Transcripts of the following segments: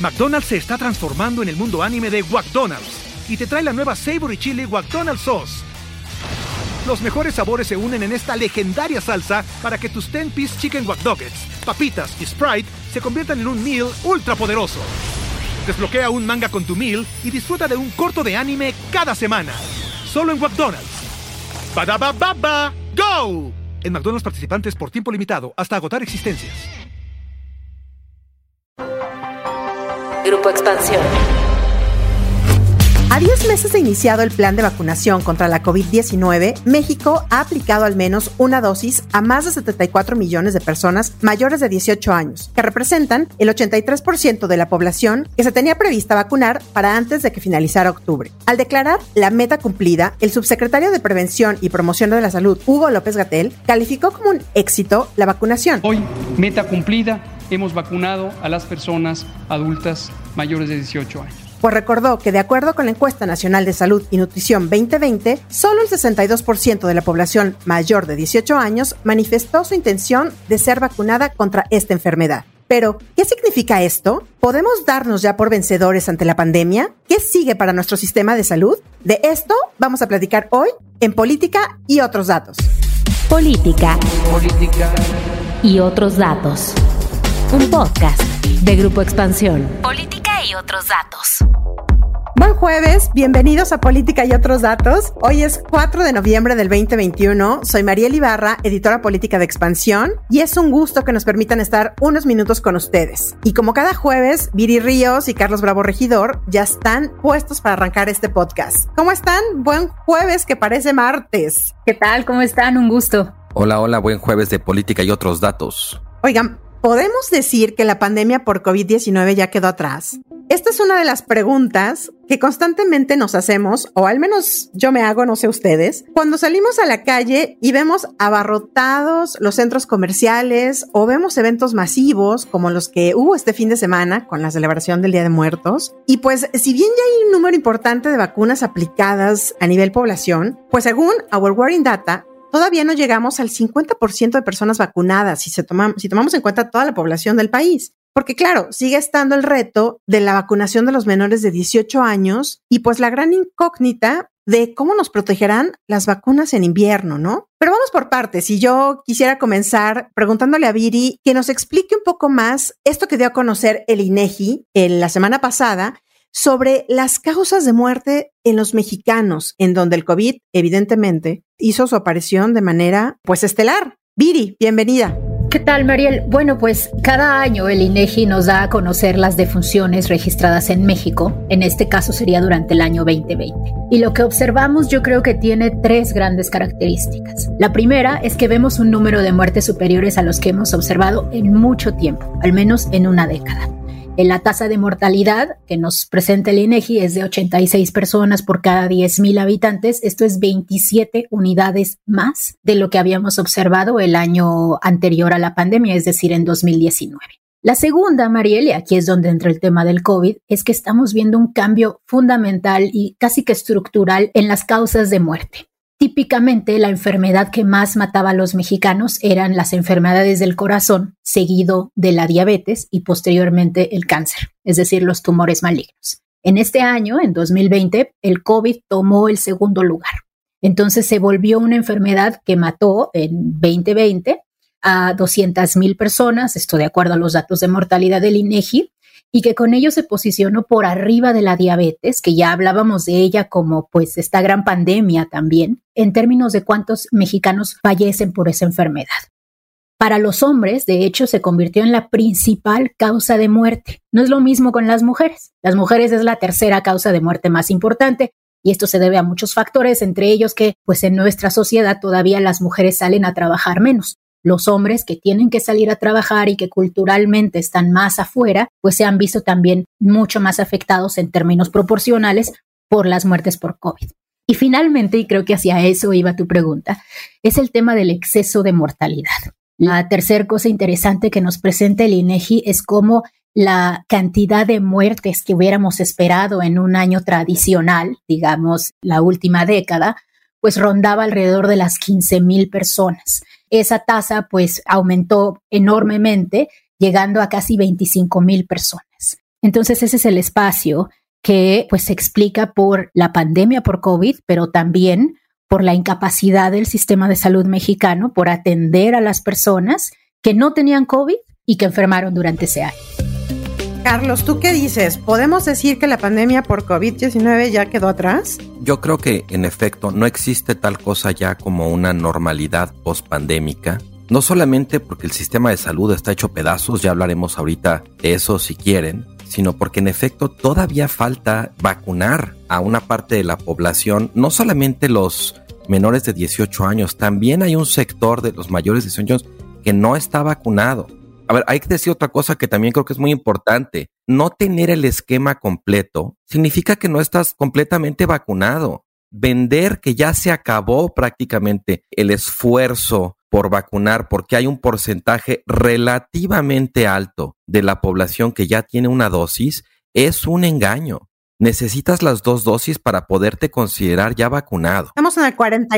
McDonald's se está transformando en el mundo anime de McDonald's y te trae la nueva Savory Chili McDonald's Sauce. Los mejores sabores se unen en esta legendaria salsa para que tus 10-piece chicken wack nuggets, papitas y Sprite se conviertan en un meal ultra poderoso. Desbloquea un manga con tu meal y disfruta de un corto de anime cada semana. Solo en McDonald's. ¡Badaba baba! ¡Go! En McDonald's participantes por tiempo limitado hasta agotar existencias. Grupo Expansión. A 10 meses de iniciado el plan de vacunación contra la COVID-19, México ha aplicado al menos una dosis a más de 74 millones de personas mayores de 18 años, que representan el 83% de la población que se tenía prevista vacunar para antes de que finalizara octubre. Al declarar la meta cumplida, el subsecretario de Prevención y Promoción de la Salud, Hugo López-Gatell, calificó como un éxito la vacunación. Hoy, meta cumplida, hemos vacunado a las personas adultas mayores de 18 años. Pues recordó que de acuerdo con la Encuesta Nacional de Salud y Nutrición 2020, solo el 62% de la población mayor de 18 años manifestó su intención de ser vacunada contra esta enfermedad. Pero, ¿qué significa esto? ¿Podemos darnos ya por vencedores ante la pandemia? ¿Qué sigue para nuestro sistema de salud? De esto vamos a platicar hoy en Política y otros datos. Política y otros datos. Un podcast de Grupo Expansión. Política y otros datos. Buen jueves, bienvenidos a Política y otros datos. Hoy es 4 de noviembre del 2021. Soy Mariel Ibarra, editora política de Expansión, y es un gusto que nos permitan estar unos minutos con ustedes. Y como cada jueves, Viri Ríos y Carlos Bravo Regidor ya están puestos para arrancar este podcast. ¿Cómo están? Buen jueves que parece martes. ¿Qué tal? ¿Cómo están? Un gusto. Hola, buen jueves de Política y otros datos. Oigan, ¿podemos decir que la pandemia por COVID-19 ya quedó atrás? Esta es una de las preguntas que constantemente nos hacemos, o al menos yo me hago, no sé ustedes, cuando salimos a la calle y vemos abarrotados los centros comerciales o vemos eventos masivos como los que hubo este fin de semana con la celebración del Día de Muertos. Y pues, si bien ya hay un número importante de vacunas aplicadas a nivel población, pues según Our Working Data, todavía no llegamos al 50% de personas vacunadas si tomamos en cuenta toda la población del país. Porque claro, sigue estando el reto de la vacunación de los menores de 18 años y pues la gran incógnita de cómo nos protegerán las vacunas en invierno, ¿no? Pero vamos por partes, y yo quisiera comenzar preguntándole a Viri que nos explique un poco más esto que dio a conocer el INEGI la semana pasada sobre las causas de muerte en los mexicanos, en donde el COVID evidentemente hizo su aparición de manera pues estelar. Viri, bienvenida. ¿Qué tal, Mariel? Bueno, pues cada año el INEGI nos da a conocer las defunciones registradas en México. En este caso sería durante el año 2020. Y lo que observamos yo creo que tiene 3 grandes características. La primera es que vemos un número de muertes superiores a los que hemos observado en mucho tiempo, al menos en una década. La tasa de mortalidad que nos presenta el INEGI es de 86 personas por cada 10,000 habitantes. Esto es 27 unidades más de lo que habíamos observado el año anterior a la pandemia, es decir, en 2019. La segunda, Mariel, y aquí es donde entra el tema del COVID, es que estamos viendo un cambio fundamental y casi que estructural en las causas de muerte. Típicamente, la enfermedad que más mataba a los mexicanos eran las enfermedades del corazón, seguido de la diabetes y posteriormente el cáncer, es decir, los tumores malignos. En este año, en 2020, el COVID tomó el segundo lugar. Entonces se volvió una enfermedad que mató en 2020 a 200,000 personas, esto de acuerdo a los datos de mortalidad del INEGI, y que con ello se posicionó por arriba de la diabetes, que ya hablábamos de ella como pues esta gran pandemia también, en términos de cuántos mexicanos fallecen por esa enfermedad. Para los hombres, de hecho, se convirtió en la principal causa de muerte. No es lo mismo con las mujeres. Las mujeres es la tercera causa de muerte más importante, y esto se debe a muchos factores, entre ellos que pues en nuestra sociedad todavía las mujeres salen a trabajar menos. Los hombres que tienen que salir a trabajar y que culturalmente están más afuera, pues se han visto también mucho más afectados en términos proporcionales por las muertes por COVID. Y finalmente, y creo que hacia eso iba tu pregunta, es el tema del exceso de mortalidad. La tercera cosa interesante que nos presenta el INEGI es cómo la cantidad de muertes que hubiéramos esperado en un año tradicional, digamos la última década, pues rondaba alrededor de las 15,000 personas. Esa tasa pues aumentó enormemente, llegando a casi 25,000 personas. Entonces ese es el espacio que pues se explica por la pandemia por COVID, pero también por la incapacidad del sistema de salud mexicano por atender a las personas que no tenían COVID y que enfermaron durante ese año. Carlos, ¿tú qué dices? ¿Podemos decir que la pandemia por COVID-19 ya quedó atrás? Yo creo que, en efecto, no existe tal cosa ya como una normalidad pospandémica. No solamente porque el sistema de salud está hecho pedazos, ya hablaremos ahorita de eso si quieren, sino porque en efecto todavía falta vacunar a una parte de la población, no solamente los menores de 18 años, también hay un sector de los mayores de 18 años que no está vacunado. A ver, hay que decir otra cosa que también creo que es muy importante. No tener el esquema completo significa que no estás completamente vacunado. Vender que ya se acabó prácticamente el esfuerzo por vacunar porque hay un porcentaje relativamente alto de la población que ya tiene una dosis es un engaño. Necesitas las 2 dosis para poderte considerar ya vacunado. Estamos en el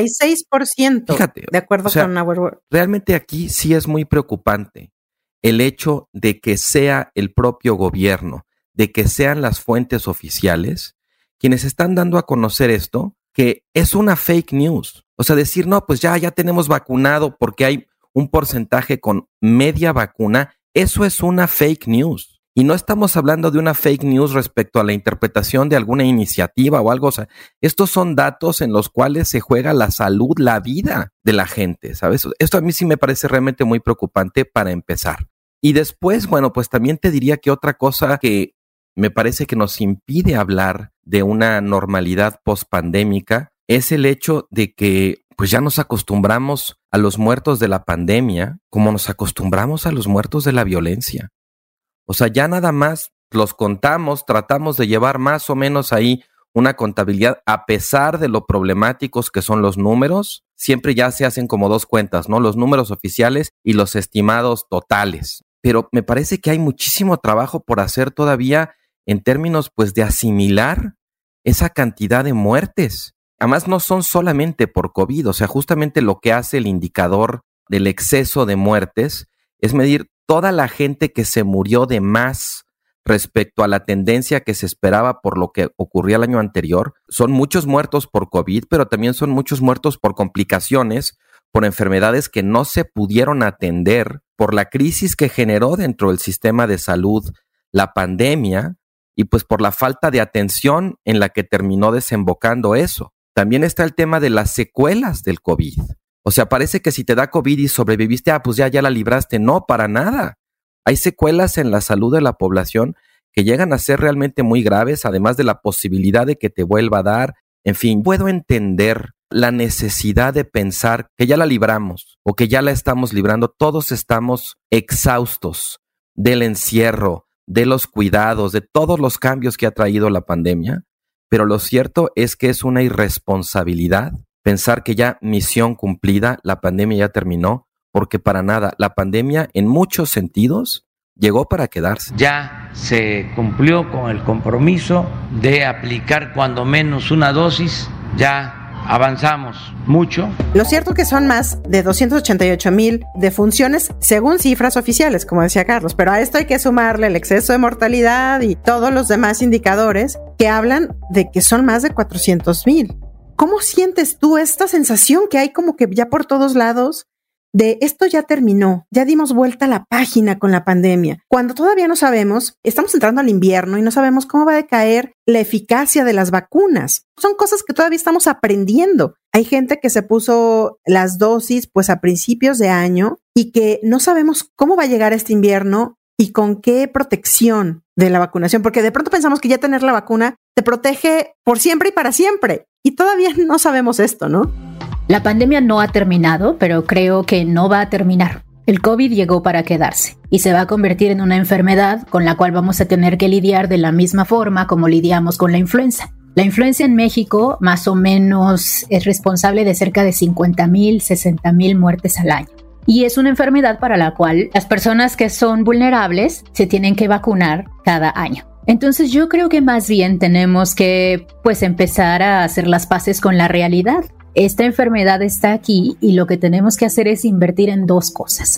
46%. Fíjate, de acuerdo con Our World. Realmente aquí sí es muy preocupante el hecho de que sea el propio gobierno, de que sean las fuentes oficiales quienes están dando a conocer esto, que es una fake news. O sea, decir, no, pues ya tenemos vacunado porque hay un porcentaje con media vacuna, eso es una fake news. Y no estamos hablando de una fake news respecto a la interpretación de alguna iniciativa o algo. O sea, estos son datos en los cuales se juega la salud, la vida de la gente, ¿sabes? Esto a mí sí me parece realmente muy preocupante para empezar. Y después, bueno, pues también te diría que otra cosa que me parece que nos impide hablar de una normalidad pospandémica es el hecho de que pues ya nos acostumbramos a los muertos de la pandemia como nos acostumbramos a los muertos de la violencia. O sea, ya nada más los contamos, tratamos de llevar más o menos ahí una contabilidad, a pesar de lo problemáticos que son los números, siempre ya se hacen como 2 cuentas, ¿no? Los números oficiales y los estimados totales. Pero me parece que hay muchísimo trabajo por hacer todavía en términos pues de asimilar esa cantidad de muertes. Además no son solamente por COVID, o sea, justamente lo que hace el indicador del exceso de muertes es medir toda la gente que se murió de más respecto a la tendencia que se esperaba por lo que ocurría el año anterior. Son muchos muertos por COVID, pero también son muchos muertos por complicaciones, por enfermedades que no se pudieron atender, por la crisis que generó dentro del sistema de salud la pandemia y pues por la falta de atención en la que terminó desembocando eso. También está el tema de las secuelas del COVID. O sea, parece que si te da COVID y sobreviviste, pues ya la libraste. No, para nada. Hay secuelas en la salud de la población que llegan a ser realmente muy graves, además de la posibilidad de que te vuelva a dar. En fin, puedo entender la necesidad de pensar que ya la libramos o que ya la estamos librando. Todos estamos exhaustos del encierro, de los cuidados, de todos los cambios que ha traído la pandemia. Pero lo cierto es que es una irresponsabilidad pensar que ya misión cumplida, la pandemia ya terminó, porque para nada, la pandemia en muchos sentidos llegó para quedarse. Ya se cumplió con el compromiso de aplicar cuando menos una dosis, ya avanzamos mucho. Lo cierto que son más de 288,000 defunciones según cifras oficiales, como decía Carlos, pero a esto hay que sumarle el exceso de mortalidad y todos los demás indicadores que hablan de que son más de 400,000. ¿Cómo sientes tú esta sensación que hay como que ya por todos lados de esto ya terminó, ya dimos vuelta a la página con la pandemia? Cuando todavía no sabemos, estamos entrando al invierno y no sabemos cómo va a decaer la eficacia de las vacunas. Son cosas que todavía estamos aprendiendo. Hay gente que se puso las dosis pues a principios de año y que no sabemos cómo va a llegar este invierno y con qué protección de la vacunación, porque de pronto pensamos que ya tener la vacuna te protege por siempre y para siempre. Y todavía no sabemos esto, ¿no? La pandemia no ha terminado, pero creo que no va a terminar. El COVID llegó para quedarse y se va a convertir en una enfermedad con la cual vamos a tener que lidiar de la misma forma como lidiamos con la influenza. La influenza en México más o menos es responsable de cerca de 50,000, 60,000 muertes al año. Y es una enfermedad para la cual las personas que son vulnerables se tienen que vacunar cada año. Entonces yo creo que más bien tenemos que empezar a hacer las paces con la realidad. Esta enfermedad está aquí y lo que tenemos que hacer es invertir en 2 cosas.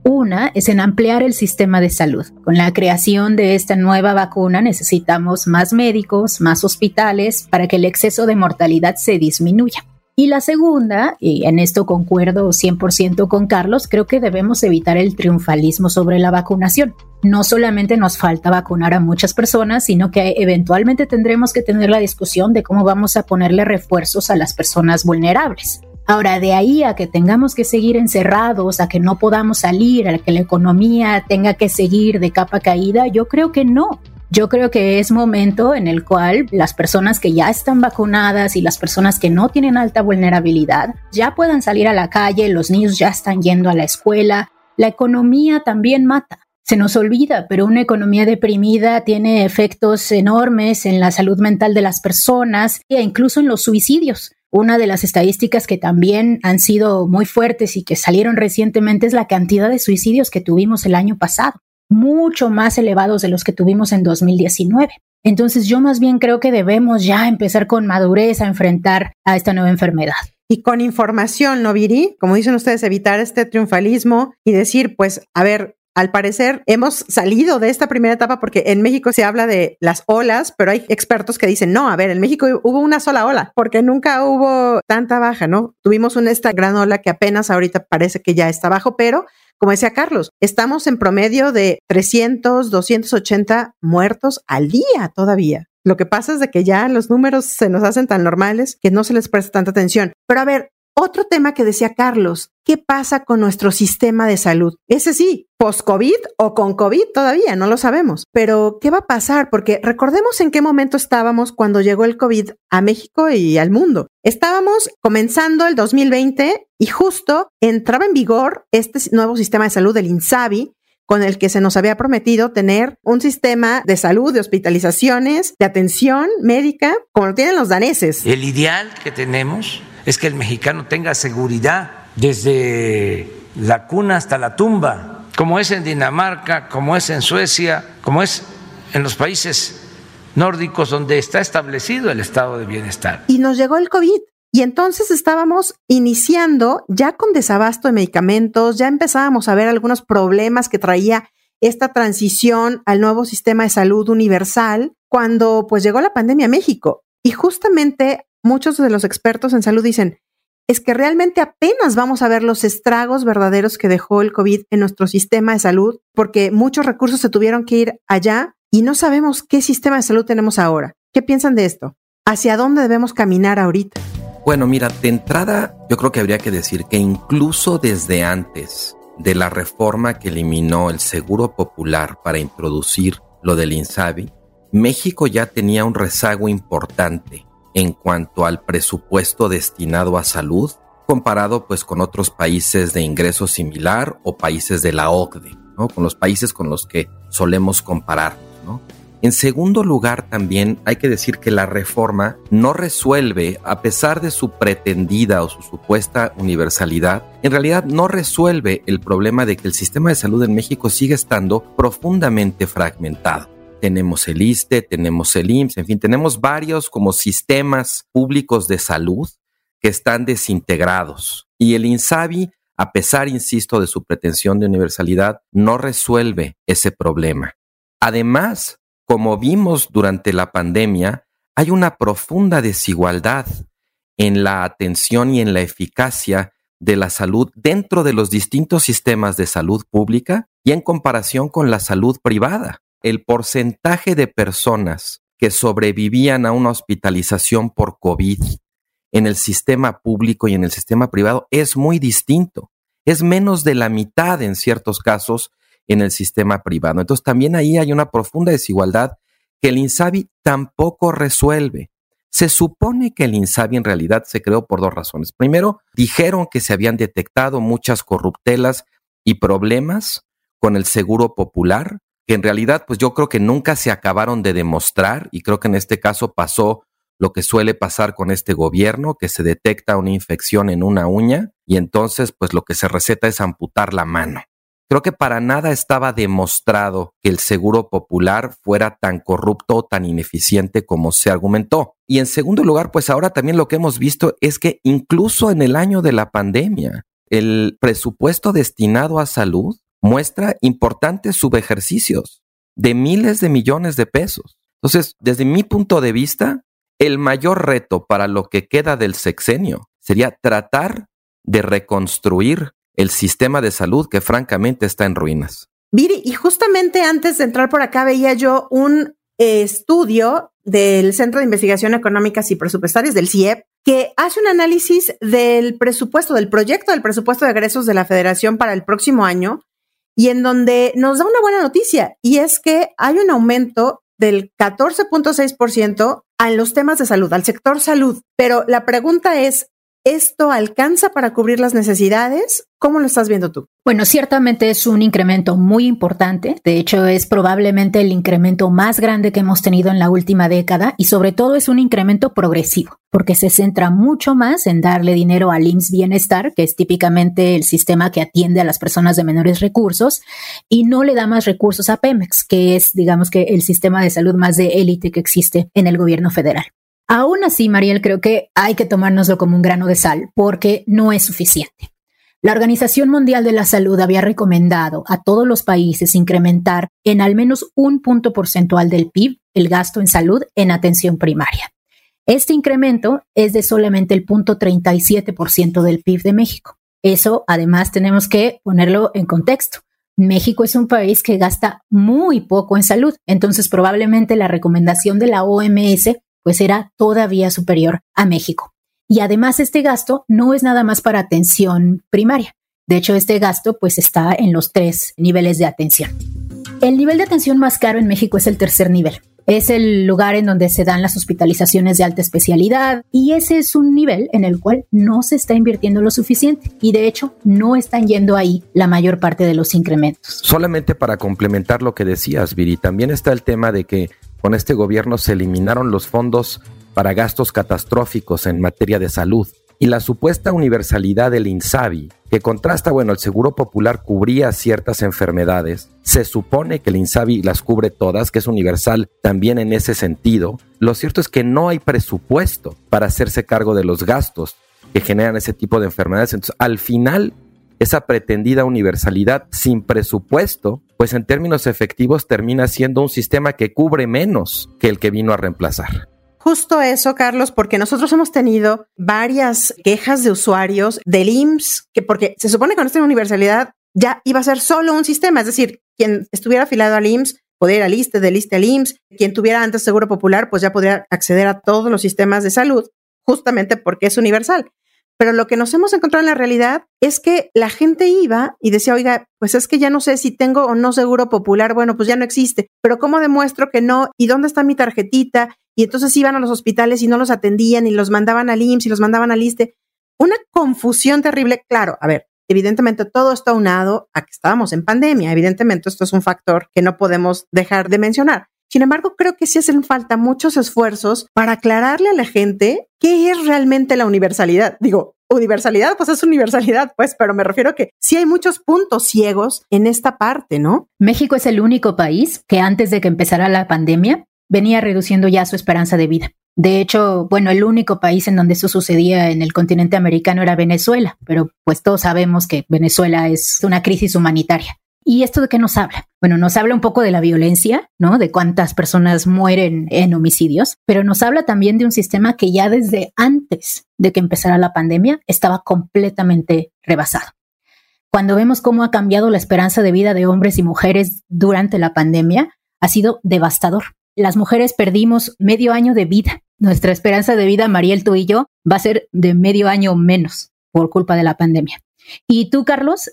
Una es en ampliar el sistema de salud. Con la creación de esta nueva vacuna necesitamos más médicos, más hospitales para que el exceso de mortalidad se disminuya. Y la segunda, y en esto concuerdo 100% con Carlos, creo que debemos evitar el triunfalismo sobre la vacunación. No solamente nos falta vacunar a muchas personas, sino que eventualmente tendremos que tener la discusión de cómo vamos a ponerle refuerzos a las personas vulnerables. Ahora, de ahí a que tengamos que seguir encerrados, a que no podamos salir, a que la economía tenga que seguir de capa caída, yo creo que no. Yo creo que es momento en el cual las personas que ya están vacunadas y las personas que no tienen alta vulnerabilidad ya puedan salir a la calle, los niños ya están yendo a la escuela. La economía también mata. Se nos olvida, pero una economía deprimida tiene efectos enormes en la salud mental de las personas e incluso en los suicidios. Una de las estadísticas que también han sido muy fuertes y que salieron recientemente es la cantidad de suicidios que tuvimos el año pasado, mucho más elevados de los que tuvimos en 2019. Entonces yo más bien creo que debemos ya empezar con madurez a enfrentar a esta nueva enfermedad. Y con información, ¿no, Viri? Como dicen ustedes, evitar este triunfalismo y decir, pues, a ver, al parecer hemos salido de esta primera etapa porque en México se habla de las olas, pero hay expertos que dicen, no, a ver, en México hubo una sola ola porque nunca hubo tanta baja, ¿no? Tuvimos esta gran ola que apenas ahorita parece que ya está bajo, pero como decía Carlos, estamos en promedio de 300, 280 muertos al día todavía. Lo que pasa es de que ya los números se nos hacen tan normales que no se les presta tanta atención. Pero a ver, otro tema que decía Carlos, ¿qué pasa con nuestro sistema de salud? Ese sí, post-COVID o con COVID todavía, no lo sabemos. Pero, ¿qué va a pasar? Porque recordemos en qué momento estábamos cuando llegó el COVID a México y al mundo. Estábamos comenzando el 2020 y justo entraba en vigor este nuevo sistema de salud del INSABI, con el que se nos había prometido tener un sistema de salud, de hospitalizaciones, de atención médica, como lo tienen los daneses. El ideal que tenemos es que el mexicano tenga seguridad desde la cuna hasta la tumba, como es en Dinamarca, como es en Suecia, como es en los países nórdicos donde está establecido el estado de bienestar. Y nos llegó el COVID. Y entonces estábamos iniciando ya con desabasto de medicamentos, ya empezábamos a ver algunos problemas que traía esta transición al nuevo sistema de salud universal cuando pues llegó la pandemia a México. Y justamente muchos de los expertos en salud dicen, es que realmente apenas vamos a ver los estragos verdaderos que dejó el COVID en nuestro sistema de salud, porque muchos recursos se tuvieron que ir allá y no sabemos qué sistema de salud tenemos ahora. ¿Qué piensan de esto? ¿Hacia dónde debemos caminar ahorita? Bueno, mira, de entrada yo creo que habría que decir que incluso desde antes de la reforma que eliminó el Seguro Popular para introducir lo del INSABI, México ya tenía un rezago importante en cuanto al presupuesto destinado a salud, comparado pues con otros países de ingreso similar o países de la OCDE, ¿no? Con los países con los que solemos compararnos, ¿no? En segundo lugar, también hay que decir que la reforma no resuelve, a pesar de su pretendida o su supuesta universalidad, en realidad no resuelve el problema de que el sistema de salud en México sigue estando profundamente fragmentado. Tenemos el ISSSTE, tenemos el IMSS, en fin, tenemos varios como sistemas públicos de salud que están desintegrados. Y el INSABI, a pesar, insisto, de su pretensión de universalidad, no resuelve ese problema. Además, como vimos durante la pandemia, hay una profunda desigualdad en la atención y en la eficacia de la salud dentro de los distintos sistemas de salud pública y en comparación con la salud privada. El porcentaje de personas que sobrevivían a una hospitalización por COVID en el sistema público y en el sistema privado es muy distinto. Es menos de la mitad en ciertos casos en el sistema privado. Entonces también ahí hay una profunda desigualdad que el INSABI tampoco resuelve. Se supone que el INSABI en realidad se creó por dos razones. Primero, dijeron que se habían detectado muchas corruptelas y problemas con el Seguro Popular, que en realidad pues yo creo que nunca se acabaron de demostrar, y creo que en este caso pasó lo que suele pasar con este gobierno, que se detecta una infección en una uña y entonces pues lo que se receta es amputar la mano. Creo que para nada estaba demostrado que el Seguro Popular fuera tan corrupto o tan ineficiente como se argumentó. Y en segundo lugar, pues ahora también lo que hemos visto es que incluso en el año de la pandemia, el presupuesto destinado a salud muestra importantes subejercicios de miles de millones de pesos. Entonces, desde mi punto de vista, el mayor reto para lo que queda del sexenio sería tratar de reconstruir el sistema de salud que francamente está en ruinas. Viri, y justamente antes de entrar por acá veía yo un estudio del Centro de Investigación Económicas y Presupuestarias, del CIEP, que hace un análisis del presupuesto, del proyecto del presupuesto de egresos de la Federación para el próximo año, y en donde nos da una buena noticia, y es que hay un aumento del 14.6% en los temas de salud, al sector salud. Pero la pregunta es, ¿esto alcanza para cubrir las necesidades? ¿Cómo lo estás viendo tú? Bueno, ciertamente es un incremento muy importante. De hecho, es probablemente el incremento más grande que hemos tenido en la última década y sobre todo es un incremento progresivo, porque se centra mucho más en darle dinero al IMSS Bienestar, que es típicamente el sistema que atiende a las personas de menores recursos, y no le da más recursos a Pemex, que es, digamos que, el sistema de salud más de élite que existe en el gobierno federal. Aún así, Mariel, creo que hay que tomárnoslo como un grano de sal, porque no es suficiente. La Organización Mundial de la Salud había recomendado a todos los países incrementar en al menos un punto porcentual del PIB el gasto en salud en atención primaria. Este incremento es de solamente el 0.37% del PIB de México. Eso, además, tenemos que ponerlo en contexto. México es un país que gasta muy poco en salud, entonces probablemente la recomendación de la OMS pues era todavía superior a México. Y además este gasto no es nada más para atención primaria. De hecho, este gasto pues está en los 3 niveles de atención. El nivel de atención más caro en México es el tercer nivel. Es el lugar en donde se dan las hospitalizaciones de alta especialidad y ese es un nivel en el cual no se está invirtiendo lo suficiente y de hecho no están yendo ahí la mayor parte de los incrementos. Solamente para complementar lo que decías, Viri, también está el tema de que con este gobierno se eliminaron los fondos para gastos catastróficos en materia de salud. Y la supuesta universalidad del INSABI, que contrasta, el Seguro Popular cubría ciertas enfermedades, se supone que el INSABI las cubre todas, que es universal también en ese sentido. Lo cierto es que no hay presupuesto para hacerse cargo de los gastos que generan ese tipo de enfermedades. Entonces, al final, esa pretendida universalidad sin presupuesto, pues en términos efectivos termina siendo un sistema que cubre menos que el que vino a reemplazar. Justo eso, Carlos, porque nosotros hemos tenido varias quejas de usuarios del IMSS, que porque se supone que con esta universalidad ya iba a ser solo un sistema, es decir, quien estuviera afiliado al IMSS podía ir al ISSSTE, del ISSSTE al IMSS, quien tuviera antes Seguro Popular pues ya podría acceder a todos los sistemas de salud, justamente porque es universal. Pero lo que nos hemos encontrado en la realidad es que la gente iba y decía, oiga, pues es que ya no sé si tengo o no Seguro Popular, bueno, pues ya no existe, pero ¿cómo demuestro que no? ¿Y dónde está mi tarjetita? Y entonces iban a los hospitales y no los atendían y los mandaban al IMSS y los mandaban al ISSSTE. Una confusión terrible. Claro, a ver, evidentemente todo está aunado a que estábamos en pandemia. Evidentemente esto es un factor que no podemos dejar de mencionar. Sin embargo, creo que sí hacen falta muchos esfuerzos para aclararle a la gente qué es realmente la universalidad. Digo, universalidad, pues es universalidad, pues, pero me refiero a que sí hay muchos puntos ciegos en esta parte, ¿no? México es el único país que antes de que empezara la pandemia venía reduciendo ya su esperanza de vida. De hecho, el único país en donde eso sucedía en el continente americano era Venezuela, pero pues todos sabemos que Venezuela es una crisis humanitaria. ¿Y esto de qué nos habla? Nos habla un poco de la violencia, ¿no? De cuántas personas mueren en homicidios, pero nos habla también de un sistema que ya desde antes de que empezara la pandemia estaba completamente rebasado. Cuando vemos cómo ha cambiado la esperanza de vida de hombres y mujeres durante la pandemia, ha sido devastador. Las mujeres perdimos medio año de vida. Nuestra esperanza de vida, Mariel, tú y yo, va a ser de medio año menos por culpa de la pandemia. Y tú, Carlos,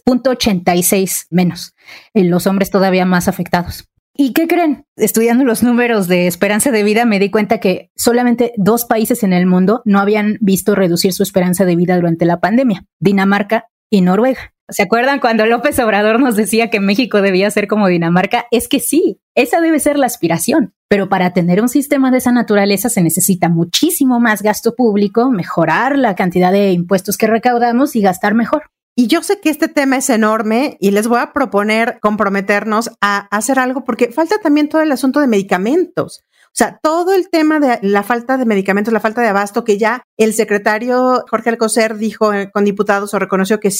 0.86 menos. Los hombres todavía más afectados. ¿Y qué creen? Estudiando los números de esperanza de vida me di cuenta que solamente 2 países en el mundo no habían visto reducir su esperanza de vida durante la pandemia: Dinamarca y Noruega. ¿Se acuerdan cuando López Obrador nos decía que México debía ser como Dinamarca? Es que sí, esa debe ser la aspiración. Pero para tener un sistema de esa naturaleza se necesita muchísimo más gasto público, mejorar la cantidad de impuestos que recaudamos y gastar mejor. Y yo sé que este tema es enorme y les voy a proponer comprometernos a hacer algo porque falta también todo el asunto de medicamentos. O sea, todo el tema de la falta de medicamentos, la falta de abasto, que ya el secretario Jorge Alcocer dijo con diputados o reconoció que sí,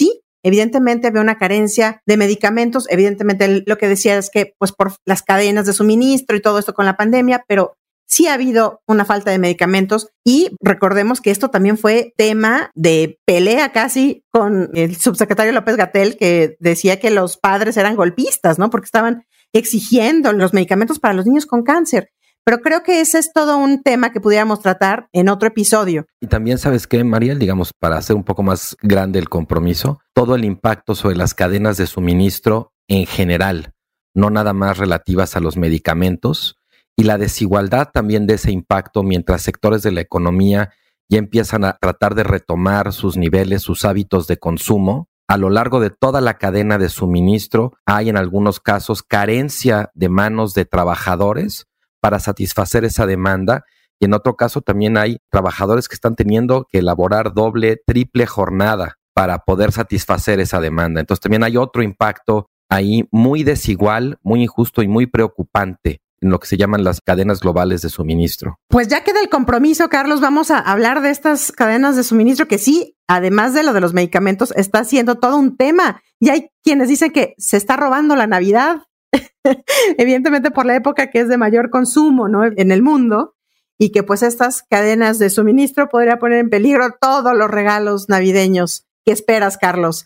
Evidentemente había una carencia de medicamentos. Evidentemente lo que decía es que pues por las cadenas de suministro y todo esto con la pandemia, pero sí ha habido una falta de medicamentos y recordemos que esto también fue tema de pelea casi con el subsecretario López-Gatell, que decía que los padres eran golpistas, ¿no? Porque estaban exigiendo los medicamentos para los niños con cáncer. Pero creo que ese es todo un tema que pudiéramos tratar en otro episodio. Y también, ¿sabes qué, Mariel? Digamos, para hacer un poco más grande el compromiso, todo el impacto sobre las cadenas de suministro en general, no nada más relativas a los medicamentos, y la desigualdad también de ese impacto mientras sectores de la economía ya empiezan a tratar de retomar sus niveles, sus hábitos de consumo. A lo largo de toda la cadena de suministro hay en algunos casos carencia de manos de trabajadores para satisfacer esa demanda, y en otro caso también hay trabajadores que están teniendo que elaborar doble, triple jornada para poder satisfacer esa demanda. Entonces también hay otro impacto ahí muy desigual, muy injusto y muy preocupante en lo que se llaman las cadenas globales de suministro. Pues ya queda el compromiso, Carlos, vamos a hablar de estas cadenas de suministro que sí, además de lo de los medicamentos, está siendo todo un tema. Y hay quienes dicen que se está robando la Navidad, evidentemente por la época que es de mayor consumo, ¿no?, en el mundo, y que pues estas cadenas de suministro podría poner en peligro todos los regalos navideños. ¿Qué esperas, Carlos?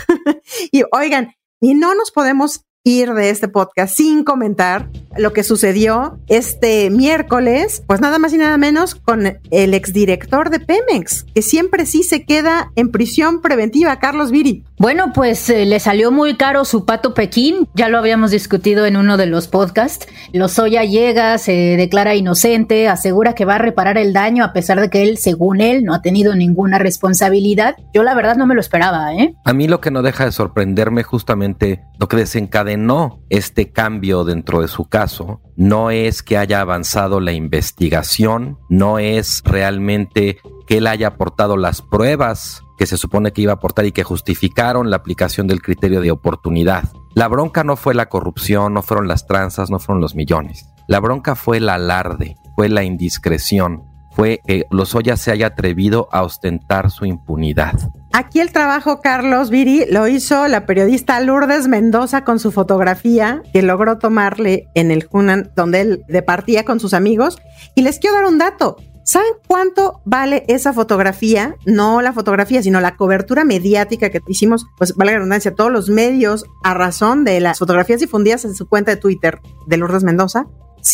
Y oigan, y no nos podemos ir de este podcast sin comentar lo que sucedió este miércoles, pues nada más y nada menos con el exdirector de Pemex, que siempre sí se queda en prisión preventiva, Carlos Viri. Bueno, pues le salió muy caro su pato Pekín, ya lo habíamos discutido en uno de los podcasts. Lozoya llega, se declara inocente, asegura que va a reparar el daño a pesar de que él, según él, no ha tenido ninguna responsabilidad. Yo la verdad no me lo esperaba, ¿eh? A mí lo que no deja de sorprenderme justamente lo que desencadenó este cambio dentro de su caso no es que haya avanzado la investigación, no es realmente que él haya aportado las pruebas que se supone que iba a aportar y que justificaron la aplicación del criterio de oportunidad. La bronca no fue la corrupción, no fueron las tranzas, no fueron los millones. La bronca fue el alarde, fue la indiscreción, fue que Lozoya se haya atrevido a ostentar su impunidad. Aquí el trabajo, Carlos Viri, lo hizo la periodista Lourdes Mendoza con su fotografía que logró tomarle en el Hunan, donde él departía con sus amigos. Y les quiero dar un dato. ¿Saben cuánto vale esa fotografía? No la fotografía, sino la cobertura mediática que hicimos, pues vale la redundancia, todos los medios a razón de las fotografías difundidas en su cuenta de Twitter de Lourdes Mendoza.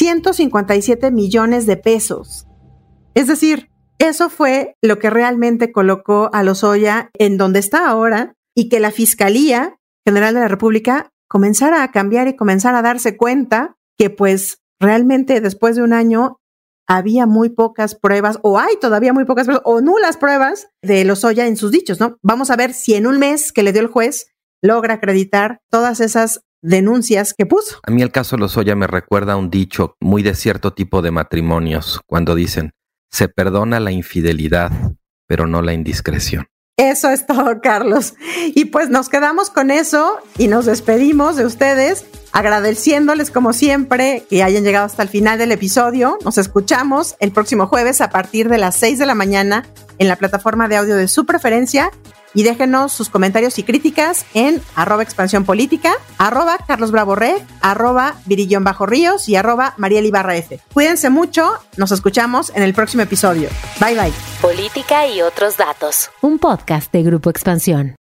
157 millones de pesos. Es decir, eso fue lo que realmente colocó a Lozoya en donde está ahora, y que la Fiscalía General de la República comenzara a cambiar y comenzara a darse cuenta que pues realmente después de un año había muy pocas pruebas, o hay todavía muy pocas pruebas, o nulas pruebas de Lozoya en sus dichos, ¿no? Vamos a ver si en un mes que le dio el juez logra acreditar todas esas denuncias que puso. A mí el caso Lozoya me recuerda a un dicho muy de cierto tipo de matrimonios, cuando dicen: se perdona la infidelidad, pero no la indiscreción. Eso es todo, Carlos. Y pues nos quedamos con eso y nos despedimos de ustedes, agradeciéndoles como siempre que hayan llegado hasta el final del episodio. Nos escuchamos el próximo jueves a partir de las 6 de la mañana en la plataforma de audio de su preferencia. Y déjenos sus comentarios y críticas en @expansiónpolítica, @carlosbravo-re, @virillón-ríos y @marielibarra-f. Cuídense mucho, nos escuchamos en el próximo episodio. Bye bye. Política y otros datos. Un podcast de Grupo Expansión.